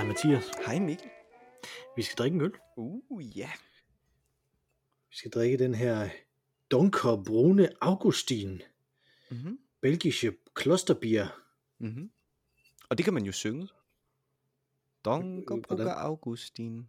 Hej Mathias. Hej Mikkel. Vi skal drikke en øl. Ja. Vi skal drikke den her Dunker Brune Augustin. Mm-hmm. Belgische Klosterbier. Mm-hmm. Og det kan man jo synge. Dunker Brune Augustin.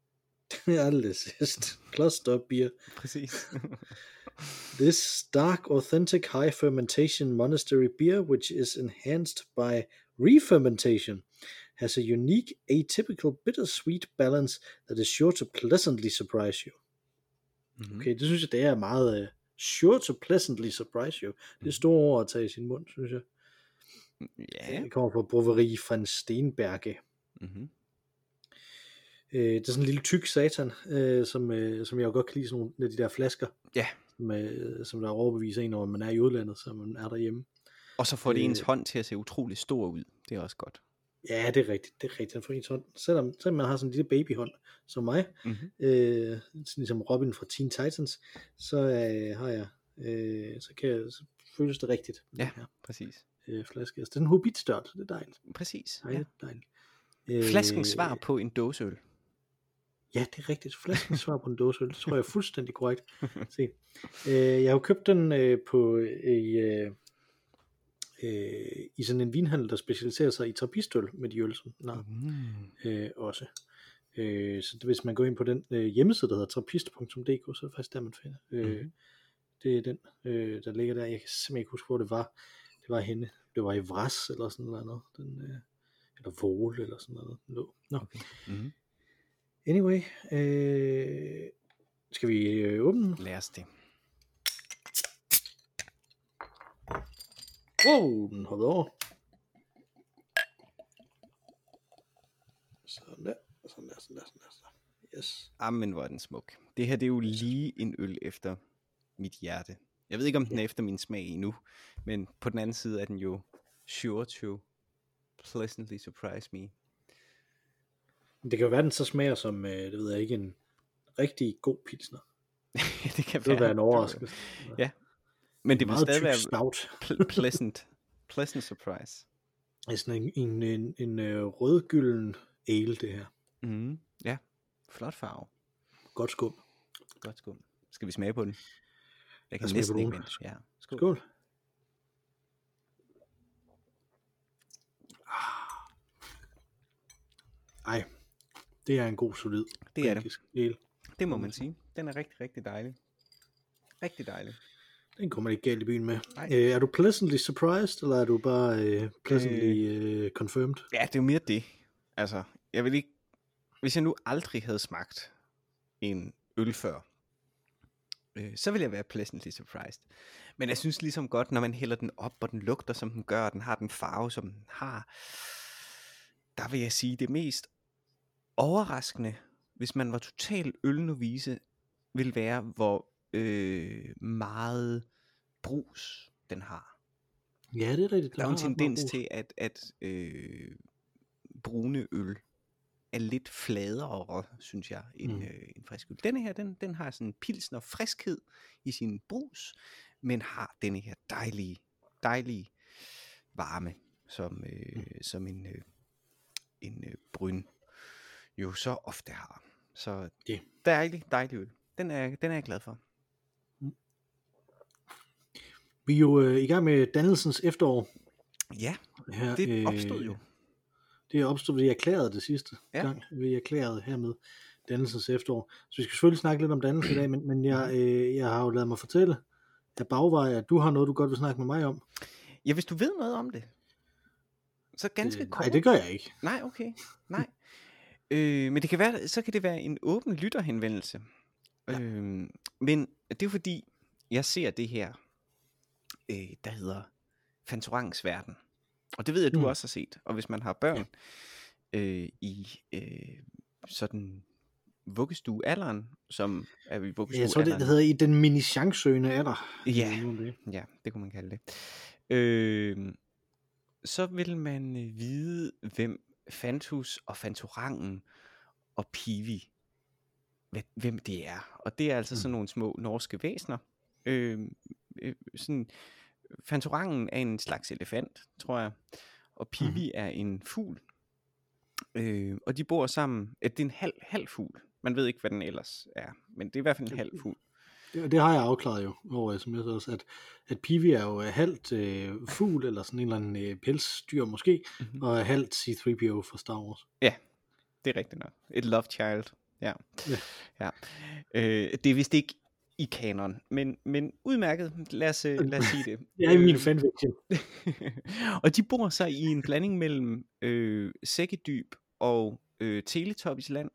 Alles Klosterbier. Præcis. This dark, authentic, high fermentation monastery beer, which is enhanced by re-fermentation, has a unique, atypical, bittersweet balance that is sure to pleasantly surprise you. Mm-hmm. Okay, det synes jeg, det er meget sure to pleasantly surprise you. Det er store ord at tage i sin mund, synes jeg. Ja. Det kommer fra Broveri Frans Steenberge. Mm-hmm. Det er sådan en lille tyk satan, som jeg jo godt kan lide, sådan nogle af de der flasker. Ja. Som der overbeviser en, når man er i udlandet, så man er derhjemme. Og så får det ens hånd til at se utrolig stor ud. Det er også godt. Ja, det er rigtigt. Det er rigtigt. Den får ens hånd. Selvom man har sådan en lille babyhånd, som mig, Mm-hmm. sådan ligesom Robin fra Teen Titans, så har jeg, så føles det rigtigt. Ja, præcis. Flaske. Altså, det er en hobbitstørrelse, det er dejligt. Præcis. Dejligt, dejligt. Flaskens svar på en dåseøl. Ja, det er rigtigt. Flaskens svar på en dåseøl, det tror jeg er fuldstændig korrekt. Se. Jeg har jo købt den i sådan en vinhandel, der specialiserer sig i trappistøl med de øl, som også. Så hvis man går ind på den hjemmeside, der hedder trappist.dk, så er det faktisk der, man finder. Det er den, der ligger der. Jeg kan simpelthen ikke huske, hvor det var. Det var henne. Det var i Vras eller sådan noget. Eller Vole eller sådan noget. No. Okay. Mm-hmm. Anyway, skal vi åbne den? Lad os det. Wow, den hoppede over. Sådan der. Yes. Jamen, hvor er den smuk. Det her, det er jo lige en øl efter mit hjerte. Jeg ved ikke, om den er efter min smag endnu, men på den anden side er den jo sure to pleasantly surprise me. Det kan jo være, den så smager som, det ved jeg ikke, en rigtig god pilsner. Det kan være en overraskelse. Ja, men det vil stadig være stout. pleasant surprise. Det er sådan en rødgylden ale, det her. Mm, ja, flot farve. Godt skum. Godt skum. Skal vi smage på den? Jeg kan smage næsten på ikke den. vente. Ja. Skål. Ej, det er en god, solid. Det er det. Ale. Det må man sige. Den er rigtig, rigtig dejlig. Rigtig dejlig. Den kommer ikke galt i byen med. Er du pleasantly surprised, eller er du bare pleasantly confirmed? Ja, det er jo mere det. Altså, jeg vil ikke... Hvis jeg nu aldrig havde smagt en øl før, så vil jeg være pleasantly surprised. Men jeg synes ligesom godt, når man hælder den op, og den lugter, som den gør, og den har den farve, som den har, der vil jeg sige, det mest overraskende, hvis man var total ølnovise, vil være, hvor meget brus den har. Ja, det er rigtigt. Der er en tendens til, at brune øl er lidt fladere, synes jeg, end frisk øl. Denne her, den har sådan en pilsner friskhed i sin brus, men har denne her dejlige varme, som en bryn jo så ofte har. Så dejlig øl. Den er jeg glad for. Vi er jo i gang med dannelsens efterår. Ja, her, det opstod jo. Det er opstået, vi erklærede det sidste gang. Vi erklærede hermed dannelsens efterår. Så vi skal selvfølgelig snakke lidt om dannelse i dag, men jeg har jo ladet mig fortælle af bagvej, at du har noget, du godt vil snakke med mig om. Ja, hvis du ved noget om det. Så ganske kort. Nej, det gør jeg ikke. Nej, okay. Nej. Men det kan være, så kan det være en åben lytterhenvendelse. Ja. Men det er jo fordi, jeg ser det her, der hedder Fantorans Verden. Og det ved jeg, du også har set. Og hvis man har børn i sådan vuggestuealderen, som er vi vuggestuealderen. Jeg tror, det hedder i den mini-chancesøgende alder. Ja, det kunne man kalde det. Så vil man vide, hvem Fantus og Fantorangen og Pivi, hvem det er. Og det er altså sådan nogle små norske væsener. Sådan, Fantorangen er en slags elefant, tror jeg. Og Pivi er en fugl. Og de bor sammen. Det er en halv fugl. Man ved ikke, hvad den ellers er, men det er i hvert fald en halv fugl. Det har jeg afklaret jo over sms også, at Peewee er jo halvt fugl, eller sådan en eller anden pelsdyr måske, og halvt C-3PO fra Star Wars. Ja, det er rigtigt nok. Et love child. Ja. Det er vist ikke i kanon, men udmærket. Lad os sige det. Det er i min fanfiction. Og de bor så i en blanding mellem Sækkedyb og Teletubbies land.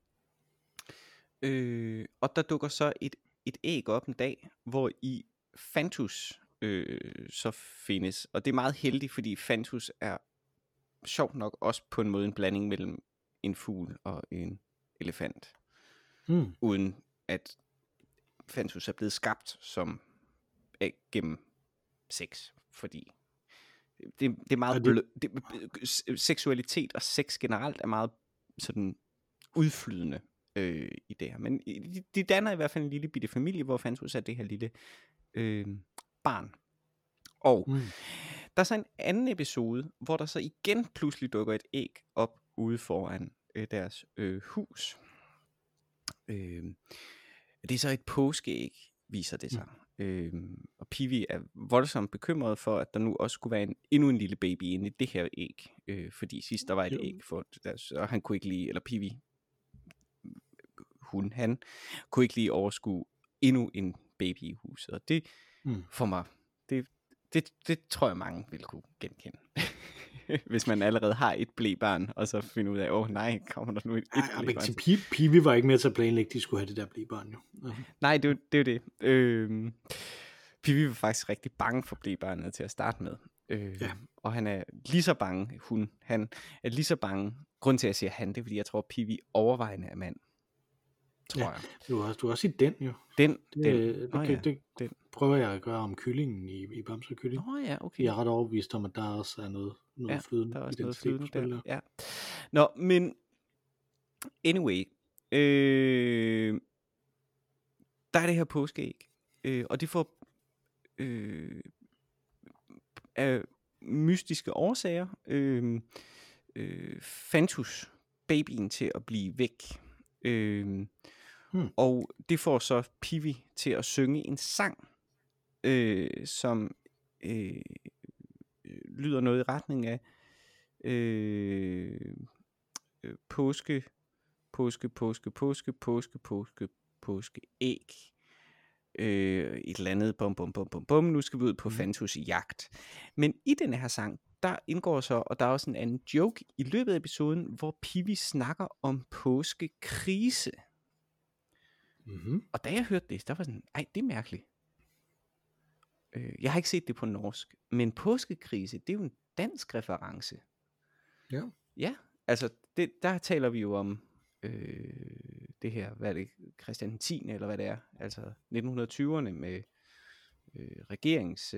Og der dukker så et æg op en dag, hvor i Fantus så findes. Og det er meget heldigt, fordi Fantus er sjovt nok også på en måde en blanding mellem en fugl og en elefant. Uden at Fantus er blevet skabt som gennem sex, fordi det er meget seksualitet og sex generelt er meget sådan udflydende i det her. Men de danner i hvert fald en lille bitte familie, hvor Fantus er det her lille barn. Og der er så en anden episode, hvor der så igen pludselig dukker et æg op ude foran deres hus. Det er så et påskeæg, viser det sig. Og Peewee er voldsomt bekymret for, at der nu også skulle være endnu en lille baby inde i det her æg. Fordi sidst der var et æg for deres, og han kunne ikke lige, eller Peewee, han kunne ikke lige overskue endnu en baby i huset. Og det for mig, det tror jeg mange vil kunne genkende. Hvis man allerede har et blæbarn, og så finder ud af, nej, kommer der nu et blæbarn. Peewee var ikke med til at planlægge, de skulle have det der blæbarn jo. Nej, det er jo det. Peewee var faktisk rigtig bange for blæbarnet til at starte med. Og han er lige så bange, han er lige så bange. Grunden til at jeg siger han, det er fordi jeg tror Peewee overvejende er mand. Tror jeg. Du har også set den jo. Den prøver jeg at gøre om kyllingen i Bamse og Kylling. Okay. Jeg er ret overbevist om, at der også er noget flydende. Der er også noget flydende der. Ja. Nå, men anyway, der er det her påskeæg, og de får af mystiske årsager Fantus, babyen, til at blive væk. Og det får så Peewee til at synge en sang, som lyder noget i retning af påske æg, et eller andet bum, nu skal vi ud på Fantus i jagt. Men i denne her sang, der indgår så, og der er også en anden joke i løbet af episoden, hvor Peewee snakker om påskekrise. Og da jeg hørte det, der var sådan, det er mærkeligt. Jeg har ikke set det på norsk, men påskekrise, det er jo en dansk reference. Ja, altså der taler vi jo om det her, hvad er det, Christian 10. eller hvad det er, altså 1920'erne med regerings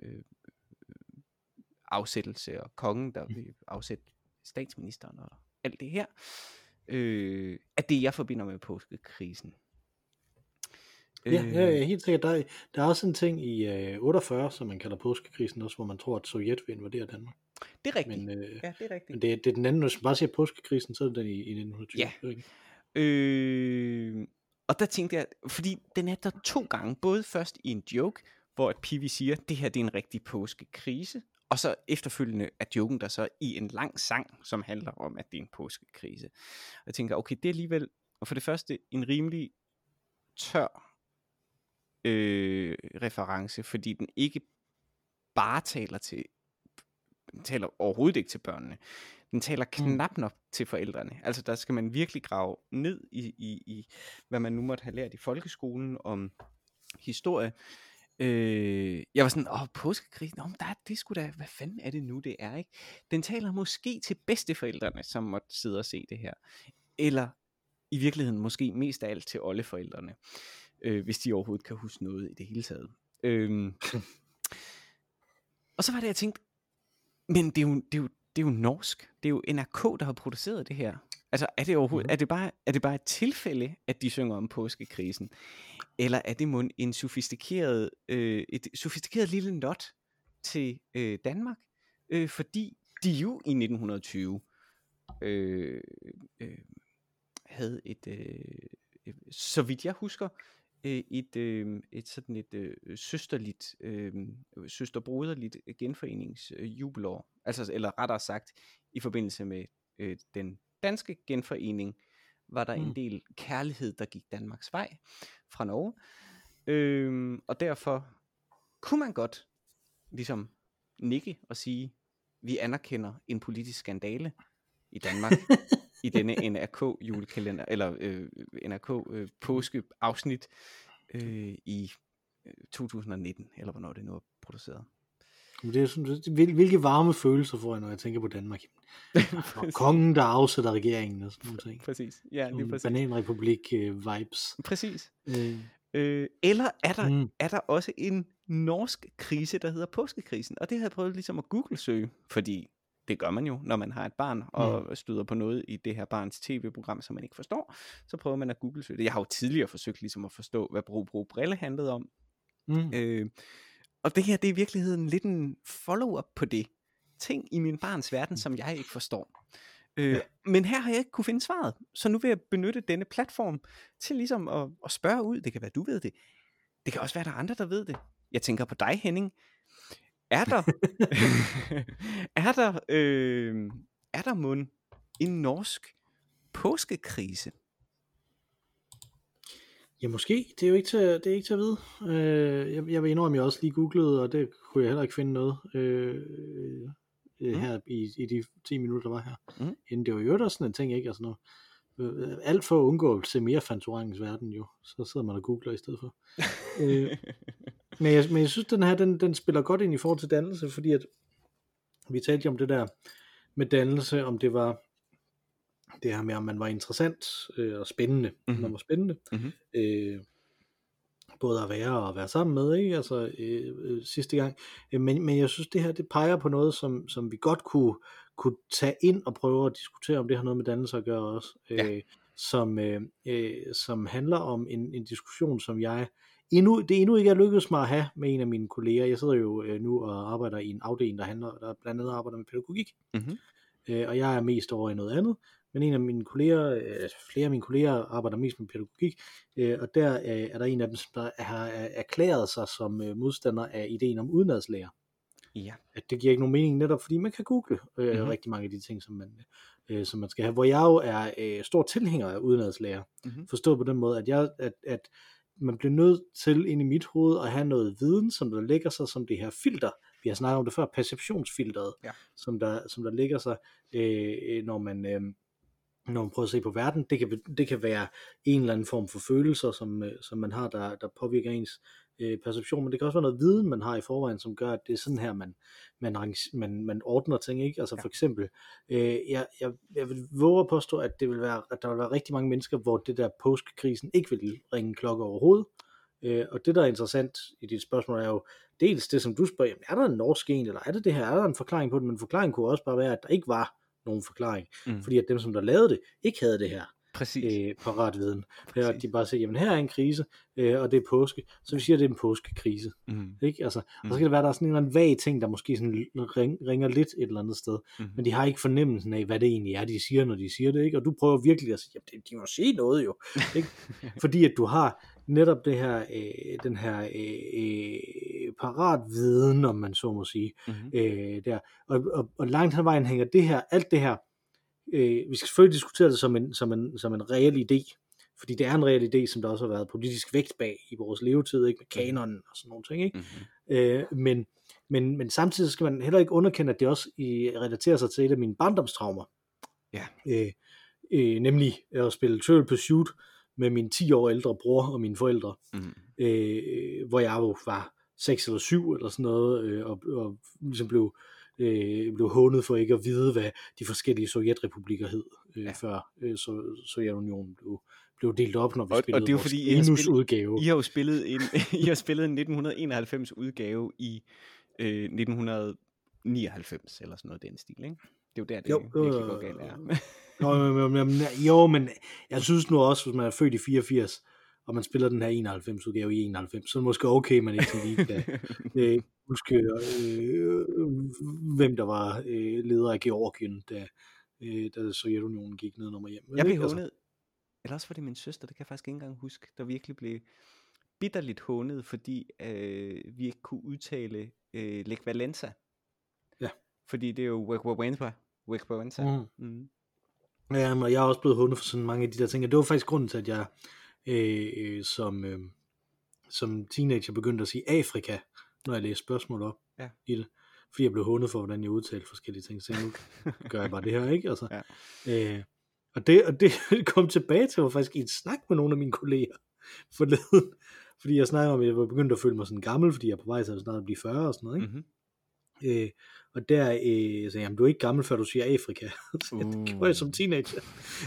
afsættelse og kongen, der vil afsætte statsministeren og alt det her, at det jeg forbinder med påskekrisen. Ja, helt sikkert. Der er også en ting i 48, som man kalder påskekrisen også, hvor man tror, at Sovjet vil invadere Danmark. Det er rigtigt. Men, det er rigtigt. Men det er den anden, hvis man bare siger påskekrisen, så er det den i 1920. Ja. Og der tænkte jeg, fordi den er der 2 gange, både først i en joke, hvor at Peewee siger, det her det er en rigtig påskekrise, og så efterfølgende er joken der så i en lang sang, som handler om, at det er en påskekrise. Og jeg tænker, okay, det er alligevel, og for det første, en rimelig tør reference, fordi den ikke bare taler overhovedet ikke til børnene. Den taler knap nok til forældrene. Altså der skal man virkelig grave ned i hvad man nu måtte have lært i folkeskolen om historie. Jeg var sådan, påskekrisen, det skulle da, hvad fanden er det nu det er, ikke? Den taler måske til bedsteforældrene, som måtte sidde og se det her. Eller i virkeligheden måske mest af alt til oldeforældrene, hvis de overhovedet kan huske noget i det hele taget. Og så var det, jeg tænkte, men det er jo norsk. Det er jo NRK, der har produceret det her. Altså, er det overhovedet, er det bare et tilfælde, at de synger om påskekrisen? Eller er det et sofistikeret lille not til Danmark? Fordi de jo i 1920 havde et, så vidt jeg husker, et sådan et søsterligt, søsterbroderligt genforeningsjubelår. Altså, eller rettere sagt, i forbindelse med den danske genforening, var der en del kærlighed, der gik Danmarks vej fra Norge. Og derfor kunne man godt ligesom nikke og sige, vi anerkender en politisk skandale i Danmark i denne NRK julekalender, eller NRK påskeafsnit i 2019, eller hvornår det nu er produceret. Det er sådan, hvilke varme følelser får jeg, når jeg tænker på Danmark. Og kongen, der afsætter regeringen og sådan noget ting. Præcis. Ja, lige præcis. Bananrepublik vibes. Præcis. Eller er der også en norsk krise, der hedder påskekrisen? Og det har jeg prøvet ligesom at Google-søge, fordi det gør man jo, når man har et barn, og støder på noget i det her barns tv-program, som man ikke forstår, så prøver man at Google-søge det. Jeg har jo tidligere forsøgt ligesom at forstå, hvad Bro Brille handlede om. Og det her, det er i virkeligheden lidt en follow-up på det. Ting i min barns verden, som jeg ikke forstår. Men her har jeg ikke kunne finde svaret, så nu vil jeg benytte denne platform til ligesom at spørge ud. Det kan være, du ved det. Det kan også være, der er andre, der ved det. Jeg tænker på dig, Henning. Er der mon en norsk påskekrise? Ja, måske. Det er jo ikke til at vide. Jeg vil indrømme, at jeg også lige googlede, og det kunne jeg heller ikke finde noget her i de 10 minutter, der var her. Inden det var jo også sådan en ting, ikke? Altså noget. Alt for at undgå at se mere Fantorangens verden jo. Så sidder man og googler i stedet for. Men jeg synes, den her, den spiller godt ind i forhold til dannelse, fordi at vi talte jo om det der med dannelse, om det var det her med, om man var interessant og spændende. Man var spændende. Både at være og være sammen med, ikke? Altså sidste gang. Men jeg synes, det her, det peger på noget, som vi godt kunne tage ind og prøve at diskutere, om det har noget med dannelse at gøre også. Som handler om en diskussion, som jeg endnu ikke er lykkedes mig at have med en af mine kolleger. Jeg sidder jo nu og arbejder i en afdeling, der blandt andet arbejder med pædagogik. Og jeg er mest over i noget andet. Men en af mine kolleger, flere af mine kolleger arbejder mest med pædagogik, og der er der en af dem, der har erklæret sig som modstander af ideen om udenadslærer. Ja. At det giver ikke nogen mening, netop fordi man kan google rigtig mange af de ting, som man skal have. Hvor jeg jo er stor tilhænger af udenadslærer. Forstået på den måde, at man bliver nødt til ind i mit hoved at have noget viden, som der lægger sig som det her filter. Vi har snakket om det før, perceptionsfilteret, som der lægger sig, når man prøver at se på verden. Det kan være en eller anden form for følelser, som man har, der påvirker ens perception, men det kan også være noget viden, man har i forvejen, som gør, at det er sådan her, man ordner ting, ikke? Altså for eksempel, jeg vil våge at påstå, at der vil være rigtig mange mennesker, hvor det der påskekrisen ikke vil ringe klokke overhovedet. Og det, der er interessant i dit spørgsmål, er jo dels det, som du spørger, er der en norsk en, eller er det her, er der en forklaring på det? Men forklaringen kunne også bare være, at der ikke var nogen forklaring, fordi at dem, som der lavede det, ikke havde det her parat viden. De bare siger, jamen her er en krise, og det er påske, så vi siger, at det er en påskekrise. Ikke? Altså, og så kan det være, der er sådan en eller anden vag ting, der måske sådan ringer lidt et eller andet sted, men de har ikke fornemmelsen af, hvad det egentlig er, de siger, når de siger det, ikke? Og du prøver virkelig at sige, jamen de må sige noget jo, ikke? Fordi at du har netop det her, den her parat viden, om man så må sige, der. Og langt hen ad vejen hænger det her, alt det her, vi skal selvfølgelig diskutere det som en reel idé, fordi det er en reel idé, som der også har været politisk vægt bag i vores levetid, ikke, med kanonen og sådan nogle ting, ikke? Men samtidig skal man heller ikke underkende, at det også relaterer sig til et af mine barndomstraumer. Nemlig at spille Trivial Pursuit med min 10 år ældre bror og mine forældre, hvor jeg jo var 6 eller 7 eller sådan noget, og ligesom blev hånet for ikke at vide, hvad de forskellige sovjetrepublikker hed, før Sovjetunionen blev delt op, når vi spillede. Og det er jo fordi, I har jo spillet en 1991 udgave i 1999, eller sådan noget den stil, ikke? Det er jo der, det virkelig går galt er. Jo, men jeg synes nu også, hvis man er født i 84, og man spiller den her 91 udgave i 91, så er det måske okay, man ikke lige kan huske, hvem der var leder af Georgien, da Sovjetunionen gik ned og hjem. Jeg blev hånet, eller også var det min søster, det kan jeg faktisk ikke engang huske, der virkelig blev bitterligt hånet, fordi vi ikke kunne udtale Lech Walesa. Ja. Fordi det er jo Lech Walesa. Ja, og jeg er også blevet hånet for sådan mange af de der ting, og det var faktisk grunden til, at jeg som teenager begyndte at sige Afrika, når jeg læste spørgsmål op i det. Fordi jeg blev hånet for, hvordan jeg udtalte forskellige ting. Så nu gør jeg bare det her, ikke? Altså, og det kom tilbage til mig faktisk i en snak med nogle af mine kolleger forleden. Fordi jeg snakkede om, at jeg var begyndt at føle mig sådan gammel, fordi jeg er på vej til at snart blive 40 og sådan noget, ikke? Mm-hmm. Og der sagde jeg, du er ikke gammel, før du siger Afrika. Det gjorde jeg som teenager.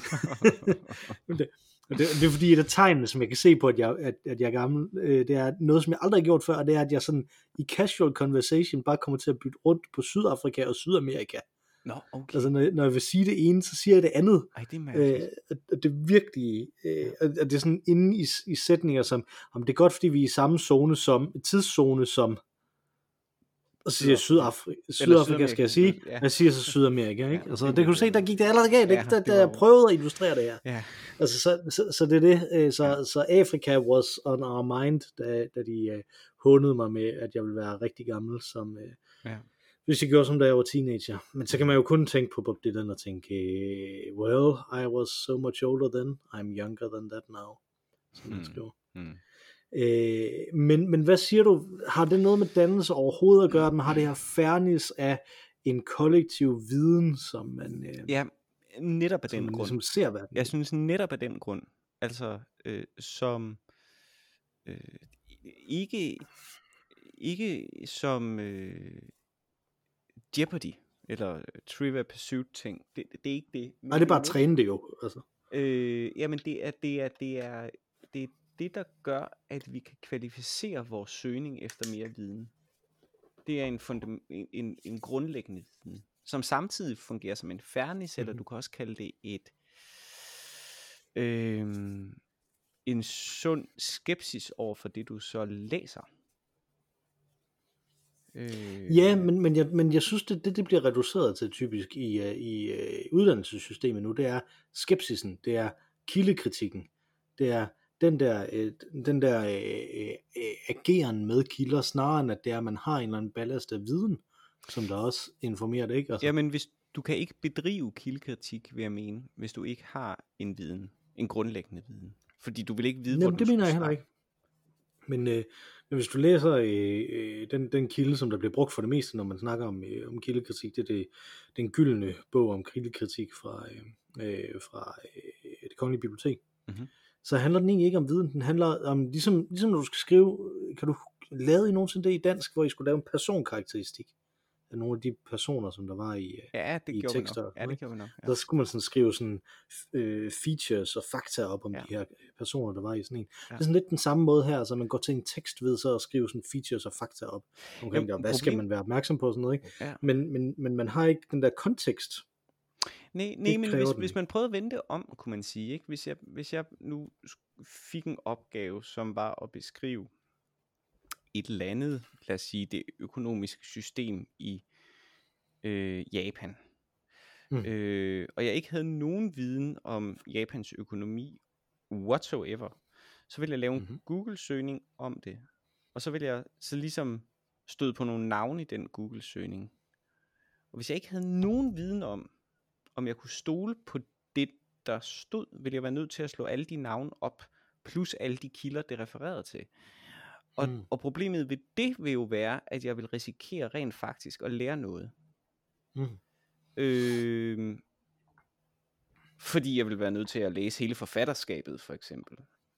Det er fordi, et af tegnene, som jeg kan se på, at jeg er gammel, det er noget, som jeg aldrig har gjort før, og det er, at jeg sådan i casual conversation bare kommer til at bytte rundt på Sydafrika og Sydamerika. Nå, okay. Altså, når jeg vil sige det ene, så siger jeg det andet. Ej, det er mærkeligt. Og det er virkelig, og det er sådan inde i sætninger, som, om det er godt, fordi vi er i samme tidszone som, og så siger Sydafrika skal jeg sige, ja. Jeg siger så Sydamerika, ikke? Altså, det kan du se, der gik det allerede galt, da jeg prøvede at illustrere det her. Ja. Altså, så det er det, så Afrika was on our mind, da de hånede mig med, at jeg ville være rigtig gammel, som, hvis jeg gjorde som da jeg var teenager. Men så kan man jo kun tænke på Bob Dylan og tænke, well, I was so much older then, I'm younger than that now, som man skriver. Men hvad siger du, har det noget med dannelse overhovedet at gøre, at man har det her fairness af en kollektiv viden, som man netop af den grund ligesom ser verden. Jeg synes netop af den grund, altså som ikke som Jeopardy eller Trivial Pursuit ting, det er ikke det. Nej, det er bare at træne det jo, altså. Jamen det er det, der gør, at vi kan kvalificere vores søgning efter mere viden. Det er en grundlæggende viden, som samtidig fungerer som en fairness, eller du kan også kalde det en sund skepsis over for det, du så læser. Ja, men jeg synes, det bliver reduceret til typisk i uddannelsessystemet nu, det er skepsisen, det er kildekritikken, det er den der ageren med kilder, snarere end at det er, at man har en eller anden ballast af viden, som der også informerer det, ikke? Altså. Jamen, hvis du kan ikke bedrive kildekritik, vil jeg mene, hvis du ikke har en viden, en grundlæggende viden. Fordi du vil ikke vide, hvor du det mener jeg heller ikke. Men hvis du læser den kilde, som der bliver brugt for det meste, når man snakker om kildekritik, det er den gyldne bog om kildekritik fra det Kongelige Bibliotek. Mm-hmm. Så handler den egentlig ikke om viden, den handler om, ligesom når du skal skrive, kan du lave I nogensinde det i dansk, hvor I skulle lave en personkarakteristik af nogle af de personer, som der var i tekster. Ja, det gjorde vi nok. Ja. Der skulle man sådan skrive sådan features og fakta op om de her personer, der var i sådan en. Det er sådan lidt den samme måde her, så man går til en tekst ved så at skrive sådan features og fakta op omkring det, og hvad skal man være opmærksom på og sådan noget, ikke? Ja. Men man har ikke den der kontekst. Nej, men hvis man prøvede at vende det om, kunne man sige, ikke? Hvis jeg nu fik en opgave, som var at beskrive et eller andet, lad os sige det økonomiske system i Japan, og jeg ikke havde nogen viden om Japans økonomi whatsoever, så ville jeg lave en Google-søgning om det, og så ville jeg så ligesom støde på nogle navne i den Google-søgning. Og hvis jeg ikke havde nogen viden om jeg kunne stole på det, der stod, ville jeg være nødt til at slå alle de navne op, plus alle de kilder, det refererede til. Og problemet ved det vil jo være, at jeg vil risikere rent faktisk at lære noget. Fordi jeg vil være nødt til at læse hele forfatterskabet, for eksempel,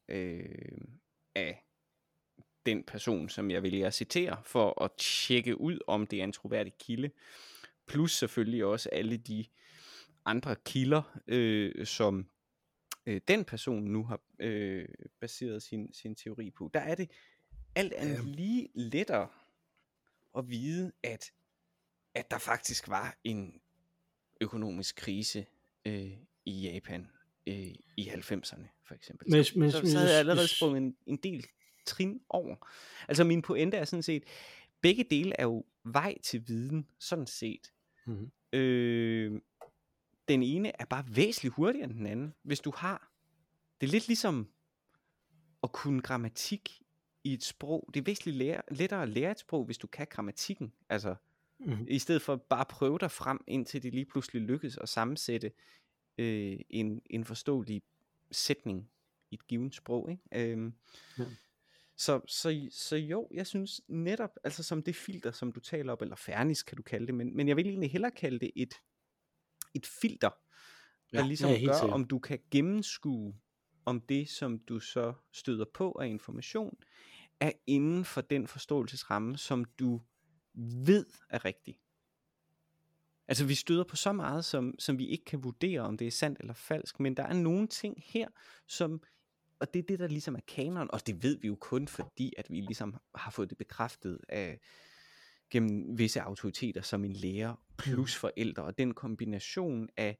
af den person, som jeg vil citere, for at tjekke ud, om det er en troværdig kilde. Plus selvfølgelig også alle de andre kilder, som den person nu har baseret sin teori på. Der er det alt andet lige lettere at vide, at der faktisk var en økonomisk krise i Japan i 90'erne, for eksempel. Så havde jeg allerede sprunget en del trin over. Altså min pointe er sådan set, begge dele er jo vej til viden, sådan set. den ene er bare væsentligt hurtigere end den anden. Hvis du har, det er lidt ligesom at kunne grammatik i et sprog. Det er væsentligt lettere at lære et sprog, hvis du kan grammatikken. Altså, i stedet for bare at prøve dig frem, indtil det lige pludselig lykkes at sammensætte en forståelig sætning i et givet sprog, ikke? Ja. Så jo, jeg synes netop, altså som det filter, som du taler om, eller fernis kan du kalde det, men jeg vil egentlig hellere kalde det et filter, der ligesom gør, sikkert. om du kan gennemskue, om det, som du så støder på af information, er inden for den forståelsesramme, som du ved er rigtig. Altså vi støder på så meget, som vi ikke kan vurdere, om det er sandt eller falsk, men der er nogle ting her, som, og det er det, der ligesom er kanon, og det ved vi jo kun fordi, at vi ligesom har fået det bekræftet af, gennem visse autoriteter, som en lærer plus forældre, og den kombination af,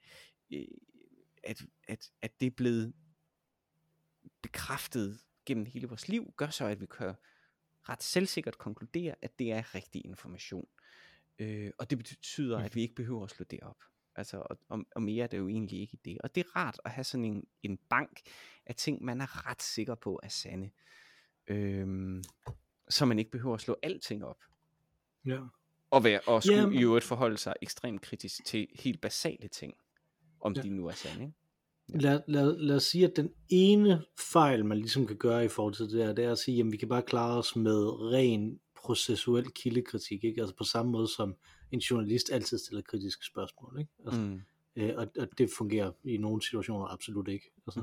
at det er blevet bekræftet gennem hele vores liv, gør så, at vi kan ret selvsikkert konkludere, at det er rigtig information. Og det betyder, at vi ikke behøver at slå det op. Altså, og mere er det jo egentlig ikke i det. Og det er rart at have sådan en bank af ting, man er ret sikker på er sande. Så man ikke behøver at slå alting op. Ja. Og skulle i øvrigt forholde sig ekstremt kritisk til helt basale ting, om de nu er sande, ikke? Ja. Lad os sige, at den ene fejl, man ligesom kan gøre i forhold til det er at sige, at vi kan bare klare os med ren processuel kildekritik, ikke? Altså på samme måde som en journalist altid stiller kritiske spørgsmål, ikke? Altså, og det fungerer i nogle situationer absolut ikke. Altså,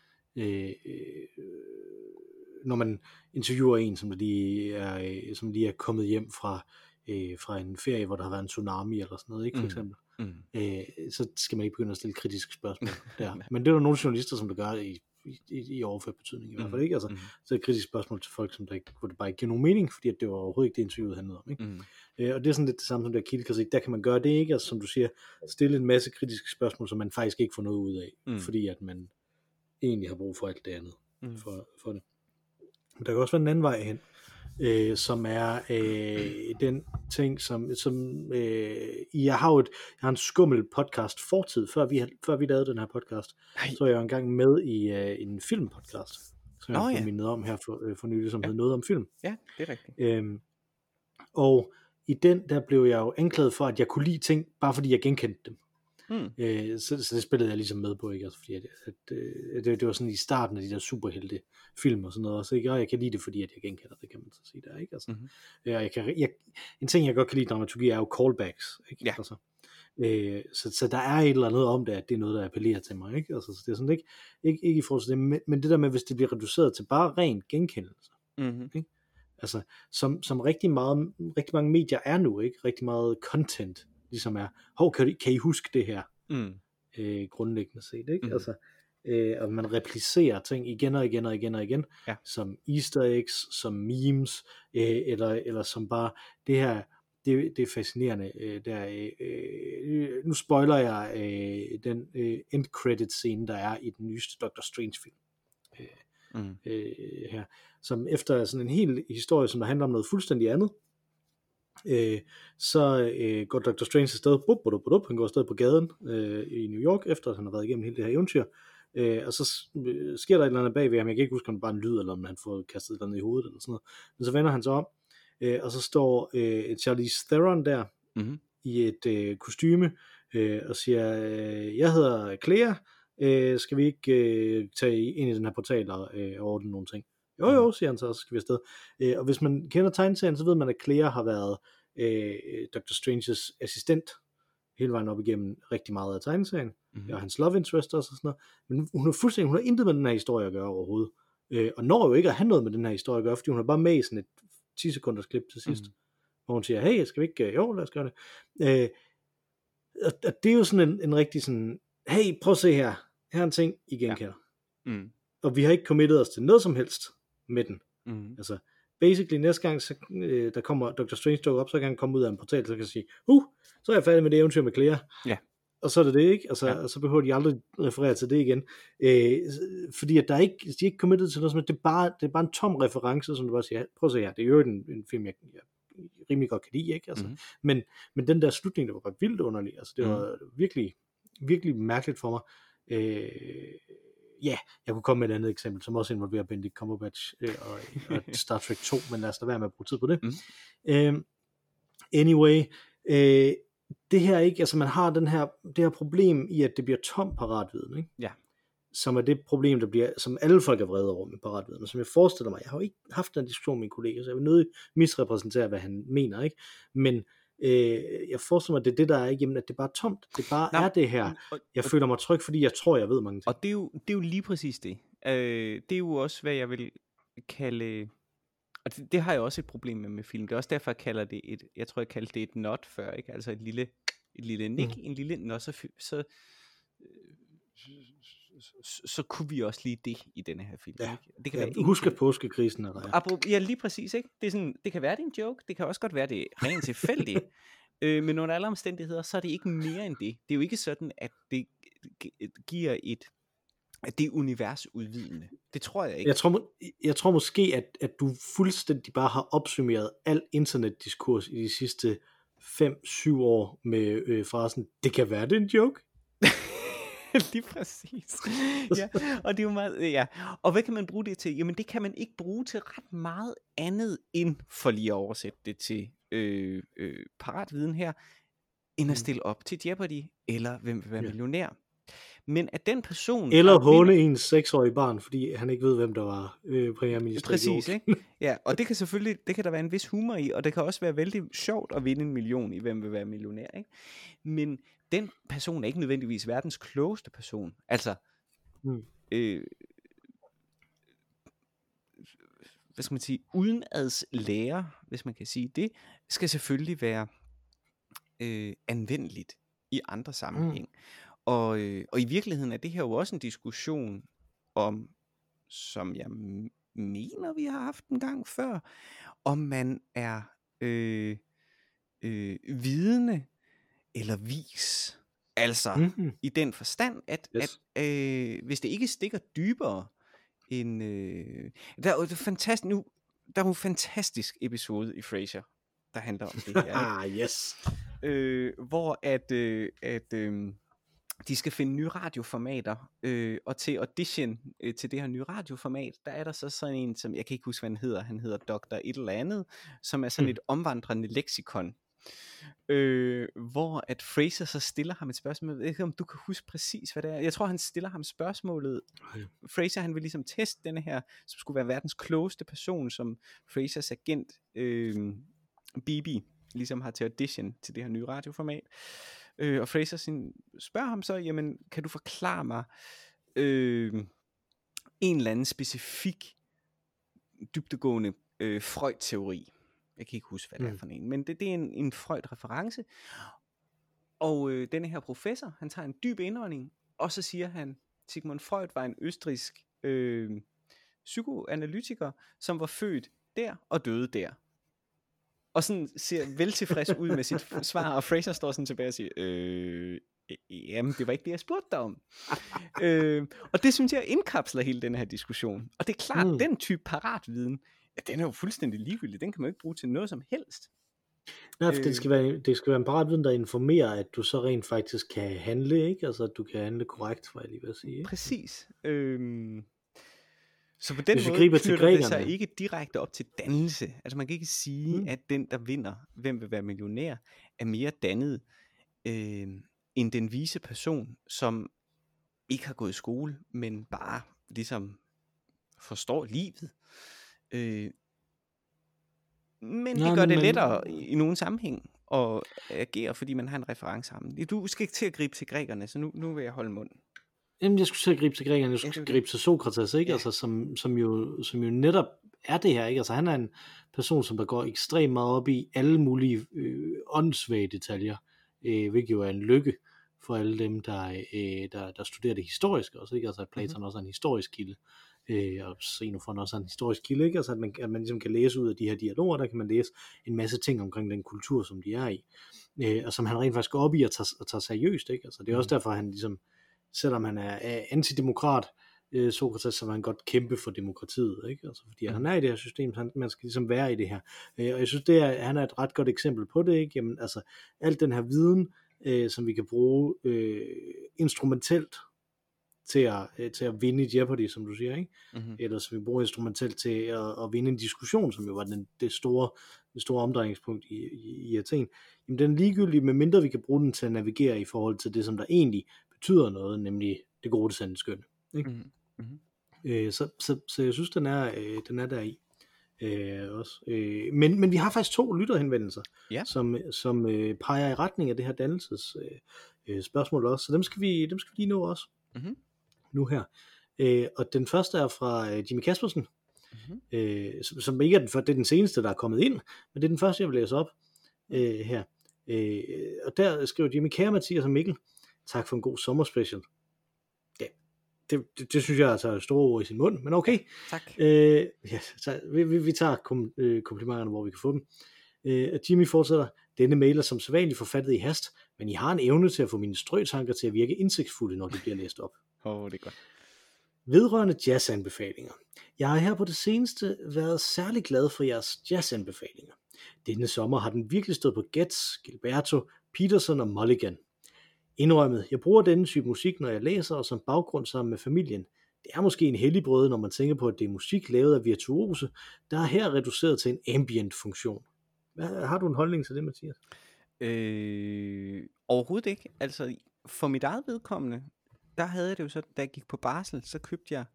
når man interviewer en, som lige er kommet hjem fra en ferie, hvor der har været en tsunami eller sådan noget, ikke, for eksempel, så skal man ikke begynde at stille kritiske spørgsmål der. Men det er der nogle journalister, som der gør i overført betydning i hvert fald, ikke? Altså, så er det kritiske spørgsmål til folk, hvor det bare ikke giver nogen mening, fordi at det var overhovedet ikke det interviewet handlede om, ikke? Og det er sådan lidt det samme som der kildekritik. Der kan man gøre det, ikke? Altså, som du siger, stille en masse kritiske spørgsmål, som man faktisk ikke får noget ud af, fordi at man egentlig har brug for alt det andet for det. Men der kan også være en anden vej hen, som er den ting, som jeg har en skummel podcast fortid, før vi lavede den her podcast. Så er jeg engang med i en filmpodcast, som jeg har mindet om her for nylig, som hed Noget om film. Ja, det er rigtigt. Og i den, der blev jeg jo anklaget for, at jeg kunne lide ting, bare fordi jeg genkendte dem. Så det spillede jeg ligesom med på, ikke? Altså, fordi det var sådan i starten af de der superhelte film og sådan noget, og så jeg kan lide det, fordi at jeg genkender det, kan man så sige der, ikke? Altså, en ting jeg godt kan lide i dramaturgi er jo callbacks, ikke? Ja. Altså, så der er et eller andet om det, at det er noget, der appellerer til mig, ikke? Altså, så det er sådan ikke i forhold til det, men det der med, hvis det bliver reduceret til bare ren genkendelse, ikke? Altså, som rigtig mange medier er nu, ikke? Rigtig meget content ligesom er, kan I huske det her? Grundlæggende set, ikke? Altså, og man replicerer ting igen og igen og igen og igen, som easter eggs, som memes, eller som bare, det her, det er fascinerende, nu spoiler jeg den end credit scene, der er i den nyeste Doctor Strange film, her, som efter sådan en hel historie, som der handler om noget fuldstændig andet, så går Dr. Strange afsted, han går afsted på gaden i New York, efter at han har været igennem hele det her eventyr, og så sker der et eller andet bagved ham, jeg kan ikke huske, om det bare en lyd, eller om han får kastet et eller andet i hovedet, eller sådan noget, men så vender han sig om, og så står Charlize Theron der, i et kostyme, og siger, jeg hedder Clea, skal vi ikke tage ind i den her portal og ordne nogle ting? Jo, siger han så skal vi afsted. Og hvis man kender tegneserien, så ved man, at Clea har været Dr. Stranges assistent hele vejen op igennem rigtig meget af tegneserien, og hans love interest også og sådan noget. Men hun har intet med den her historie at gøre overhovedet. Og når jo ikke at have noget med den her historie at gøre, fordi hun er bare med i sådan et 10 sekunders klip til sidst, hvor hun siger, hey, skal vi ikke, jo, lad os gøre det. Og det er jo sådan en rigtig sådan, hey, prøv at se her er en ting, I genkender. Og vi har ikke committet os til noget som helst med den. Altså, basically næste gang, så, der kommer Dr. Strange dukker op, så kan han komme ud af en portal, så kan han sige, så er jeg færdig med det eventyr med Clea. Ja. Og så er det ikke, altså, og så behøver de aldrig referere til det igen. Fordi at de er ikke committed til noget, som det er bare en tom reference, som du bare siger, prøv at se her, det er jo en film, jeg rimelig godt kan lide, ikke? Altså, men den der slutning, der var bare vildt underlig, altså det var virkelig virkelig mærkeligt for mig. Ja, jeg kunne komme med et andet eksempel, som også involverer Benedict Cumberbatch og Star Trek 2, men lad os da være med at bruge tid på det. Anyway, det her ikke, altså man har det her problem i, at det bliver tom paratviden, ikke? Ja. Som er det problem, der bliver, som alle folk er vrede over med paratviden, og som jeg forestiller mig, jeg har jo ikke haft den diskussion med mine kolleger, så jeg vil nødig misrepræsentere, hvad han mener, ikke? Men jeg forestiller mig, at det er det, der er igennem, at det bare er tomt. Det bare er det her. Jeg føler mig tryg, fordi jeg tror, jeg ved mange ting. Og det er jo lige præcis det. Det er jo også, hvad jeg vil kalde... Og det har jeg også et problem med film. Det er også derfor, jeg kalder det jeg tror, jeg kaldte det et not før, ikke? Altså et lille nik, en lille not, så kunne vi også lige det i denne her film. Ja. Ikke? Det kan være husk at påskekrisen er der. Ja, lige præcis, ikke? Det er sådan, det kan være, det er en joke, det kan også godt være, det er rent tilfældigt. Men under alle omstændigheder, så er det ikke mere end det. Det er jo ikke sådan, at det giver at det er universudvidende. Det tror jeg ikke. Jeg tror måske, at du fuldstændig bare har opsummeret al internetdiskurs i de sidste 5-7 år med frasen, det kan være, det er en joke. Lige præcis. Ja, og det er jo meget, ja. Og hvad kan man bruge det til? Jamen det kan man ikke bruge til ret meget andet end, for lige at oversætte det til paratviden her, end at stille op til Jeopardy, eller Hvem vil være millionær. Men at den person... Eller håne ens 6-årige barn, fordi han ikke ved, hvem der var premierminister. Præcis, ikke? Ja, og det kan selvfølgelig, det kan der være en vis humor i, og det kan også være vældig sjovt at vinde 1 million i Hvem vil være millionær, ikke? Men den person er ikke nødvendigvis verdens klogeste person. Altså, hvad skal man sige, udenadslærer, hvis man kan sige det, skal selvfølgelig være anvendeligt i andre sammenhæng. Og i virkeligheden er det her jo også en diskussion om, som jeg mener, vi har haft en gang før, om man er vidende eller vis. Altså i den forstand, at hvis det ikke stikker dybere end... der er jo en fantastisk episode i Frasier, der handler om det her. Yes. Hvor de skal finde nye radioformater, og til audition til det her nye radioformat, der er der så sådan en, som jeg kan ikke huske, hvad han hedder Dr. et eller andet, som er sådan et omvandrende leksikon, hvor at Frasier så stiller ham et spørgsmål. Jeg ved ikke, om du kan huske præcis, hvad det er. Jeg tror, han stiller ham spørgsmålet. Frasier, han vil ligesom teste denne her, som skulle være verdens klogeste person, som Frasiers agent, Bibi, ligesom har til audition til det her nye radioformat. Og Frasier spørger ham så, jamen, kan du forklare mig en eller anden specifik dybdegående Freud-teori? Jeg kan ikke huske, hvad det er for en, men det er en Freud-reference. Og denne her professor, han tager en dyb indånding, og så siger han, Sigmund Freud var en østrigsk psykoanalytiker, som var født der og døde der. Og sådan ser veltilfreds ud med sit svar, og Frasier står sådan tilbage og siger, jamen det var ikke det, jeg spurgte dig om. Og det synes jeg indkapsler hele den her diskussion. Og det er klart, den type paratviden, den er jo fuldstændig ligegyldig. Den kan man jo ikke bruge til noget som helst. Nej, for det skal være en paratviden, der informerer, at du så rent faktisk kan handle, ikke? Altså at du kan handle korrekt, for jeg lige vil sige. Præcis. Så på den måde knytter det sig ikke direkte op til dannelse. Altså man kan ikke sige, at den, der vinder, Hvem vil være millionær, er mere dannet end den vise person, som ikke har gået i skole, men bare ligesom forstår livet. Men det gør det lettere i nogle sammenhæng at agere, fordi man har en reference ham. Du skal ikke til at gribe til grækerne, så nu vil jeg holde mund. Jamen, jeg skulle til at gribe til grækerne, jeg skulle gribe til Sokrates, ikke? Ja. Altså, som jo netop er det her, ikke? Altså, han er en person, som der går ekstremt meget op i alle mulige åndssvage detaljer, hvilket jo er en lykke for alle dem, der studerer det historiske også, ikke? Altså, at Platon også er en historisk kilde, og Xenofon også er en historisk kilde, ikke? Altså, at man ligesom kan læse ud af de her dialoger, der kan man læse en masse ting omkring den kultur, som de er i, og som han rent faktisk går op i at tage seriøst, ikke? Altså, det er også derfor, han ligesom, selvom han er antidemokrat, Sokrates, så vil han godt kæmpe for demokratiet, ikke? Altså, fordi han er i det her system, så man skal ligesom være i det her. Og jeg synes, han er et ret godt eksempel på det, ikke? Jamen, altså, alt den her viden, som vi kan bruge instrumentelt til at vinde i Jeopardy, som du siger, ikke? Mhm. Eller som vi bruger instrumentelt til at vinde en diskussion, som jo var det store omdrejningspunkt i Athen. Jamen den er ligegyldig, medmindre vi kan bruge den til at navigere i forhold til det, som der egentlig betyder noget, nemlig det gode, det sande, skønne. Ikke? Mhm. Mhm. Så jeg synes, den er der i. Også. Men vi har faktisk 2 lytterhenvendelser, Ja. som peger i retning af det her dannelses spørgsmål også, så dem skal vi lige nå også. Mhm. Nu her. Og den første er fra Jimmy Kaspersen, Mhm. som ikke er det er den seneste, der er kommet ind, men det er den første, jeg vil læse op her. Og der skriver Jimmy: Kære Mathias og Mikkel, tak for en god sommerspecial. Ja, det synes jeg altså er store ord i sin mund, men okay. Tak. Ja, så vi tager komplimenterne, hvor vi kan få dem. Jimmy fortsætter: denne mail er som sædvanligt forfattet i hast, men I har en evne til at få mine strøtanker til at virke indsigtsfulde, når det bliver læst op. Det er godt. Vedrørende jazzanbefalinger. Jeg har her på det seneste været særlig glad for jeres jazzanbefalinger. Denne sommer har den virkelig stået på Getz, Gilberto, Peterson og Mulligan. Indrømmet, jeg bruger denne type musik, når jeg læser og som baggrund sammen med familien. Det er måske en helligbrød, når man tænker på, at det er musik lavet af virtuose, der er her reduceret til en ambient funktion. Har du en holdning til det, Mathias? Overhovedet ikke. Altså, for mit eget vedkommende, der havde jeg det jo så, da jeg gik på barsel, så købte jeg